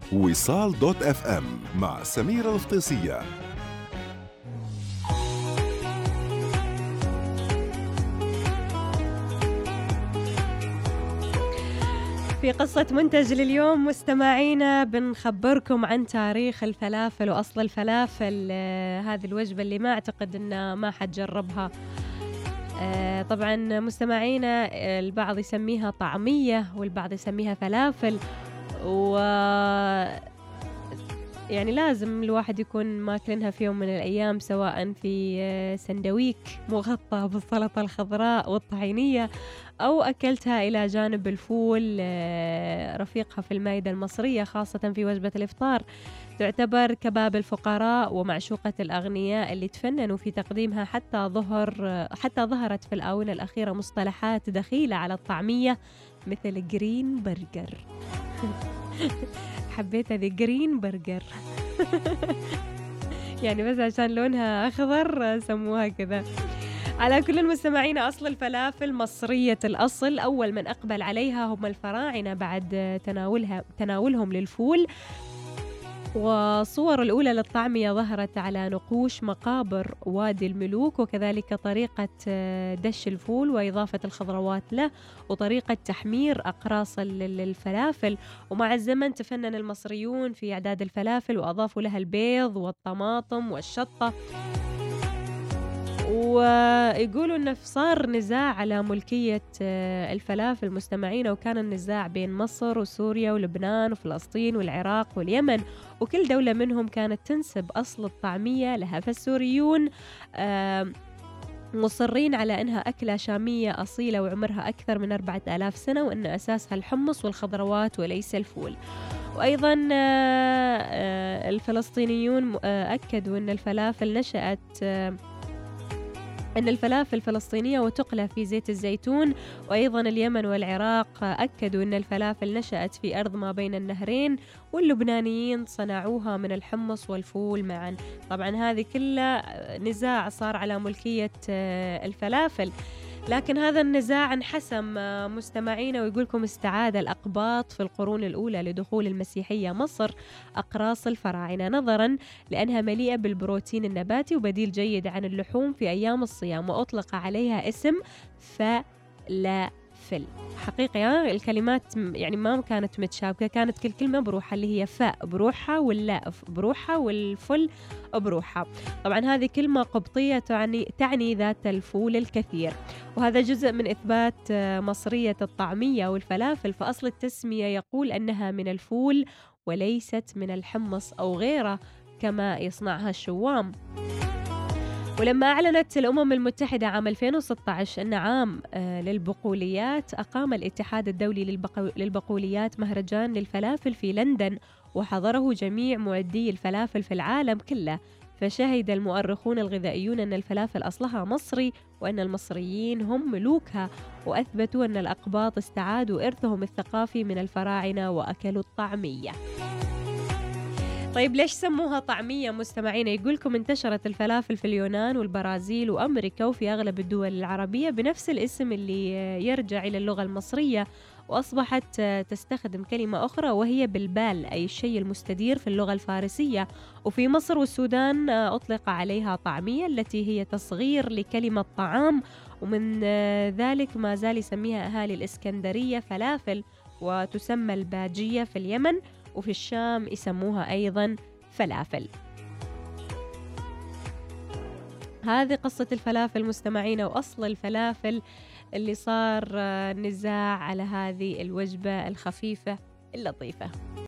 وصال دوت اف ام مع سميرة الفطيسية. في قصة منتج لليوم مستمعينا بنخبركم عن تاريخ الفلافل وأصل الفلافل. هذه الوجبة اللي ما أعتقد أن ما حد جربها. طبعا مستمعينا البعض يسميها طعمية والبعض يسميها فلافل، و يعني لازم الواحد يكون ماكلينها في يوم من الأيام، سواء في سندويك مغطى بالسلطة الخضراء والطحينية، أو أكلتها إلى جانب الفول رفيقها في المائدة المصرية، خاصة في وجبة الإفطار. تعتبر كباب الفقراء ومعشوقة الأغنياء اللي تفننوا في تقديمها، حتى ظهرت في الآونة الأخيرة مصطلحات دخيلة على الطعمية مثل جرين برجر. حبيت هذه جرين برجر. يعني بس عشان لونها أخضر سموها كذا. على كل المستمعين، أصل الفلافل مصرية الأصل. أول من أقبل عليها هم الفراعنة بعد تناولهم للفول، وصور الأولى للطعمية ظهرت على نقوش مقابر وادي الملوك، وكذلك طريقة دش الفول وإضافة الخضروات له، وطريقة تحمير أقراص الفلافل. ومع الزمن تفنن المصريون في إعداد الفلافل وأضافوا لها البيض والطماطم والشطة. ويقولوا أنه صار نزاع على ملكية الفلافل مستمعين، وكان النزاع بين مصر وسوريا ولبنان وفلسطين والعراق واليمن، وكل دولة منهم كانت تنسب أصل الطعمية لها. فالسوريون مصرين على أنها أكلة شامية أصيلة وعمرها أكثر من 4000 سنة، وأن أساسها الحمص والخضروات وليس الفول. وأيضا الفلسطينيون أكدوا أن الفلافل فلسطينية وتقلى في زيت الزيتون. وأيضا اليمن والعراق أكدوا أن الفلافل نشأت في أرض ما بين النهرين، واللبنانيين صنعوها من الحمص والفول معا. طبعا هذه كلها نزاع صار على ملكية الفلافل، لكن هذا النزاع انحسم مستمعين. ويقولكم استعاد الأقباط في القرون الأولى لدخول المسيحية مصر أقراص الفراعنة، نظرا لأنها مليئة بالبروتين النباتي وبديل جيد عن اللحوم في أيام الصيام، وأطلق عليها اسم فلافل. حقيقة الكلمات يعني ما كانت متشابكة، كانت كل كلمة بروحها، اللي هي فاء بروحها واللاء بروحها والفل بروحها. طبعا هذه كلمة قبطية تعني ذات الفول الكثير، وهذا جزء من إثبات مصرية الطعمية والفلافل. فأصل التسمية يقول أنها من الفول وليست من الحمص أو غيره كما يصنعها الشوام. ولما أعلنت الأمم المتحدة عام 2016 أن عام للبقوليات، أقام الاتحاد الدولي للبقوليات مهرجان للفلافل في لندن، وحضره جميع معدي الفلافل في العالم كله. فشهد المؤرخون الغذائيون أن الفلافل أصلها مصري، وأن المصريين هم ملوكها، وأثبتوا أن الأقباط استعادوا إرثهم الثقافي من الفراعنة وأكلوا الطعمية. طيب ليش سموها طعمية مستمعين؟ يقولكم انتشرت الفلافل في اليونان والبرازيل وأمريكا وفي أغلب الدول العربية بنفس الاسم اللي يرجع إلى اللغة المصرية، وأصبحت تستخدم كلمة أخرى وهي بالبال، أي الشيء المستدير في اللغة الفارسية. وفي مصر والسودان أطلق عليها طعمية، التي هي تصغير لكلمة طعام، ومن ذلك ما زال يسميها أهالي الإسكندرية فلافل، وتسمى الباجية في اليمن، وفي الشام يسموها أيضا فلافل. هذه قصة الفلافل مستمعين، وأصل الفلافل اللي صار نزاع على هذه الوجبة الخفيفة اللطيفة.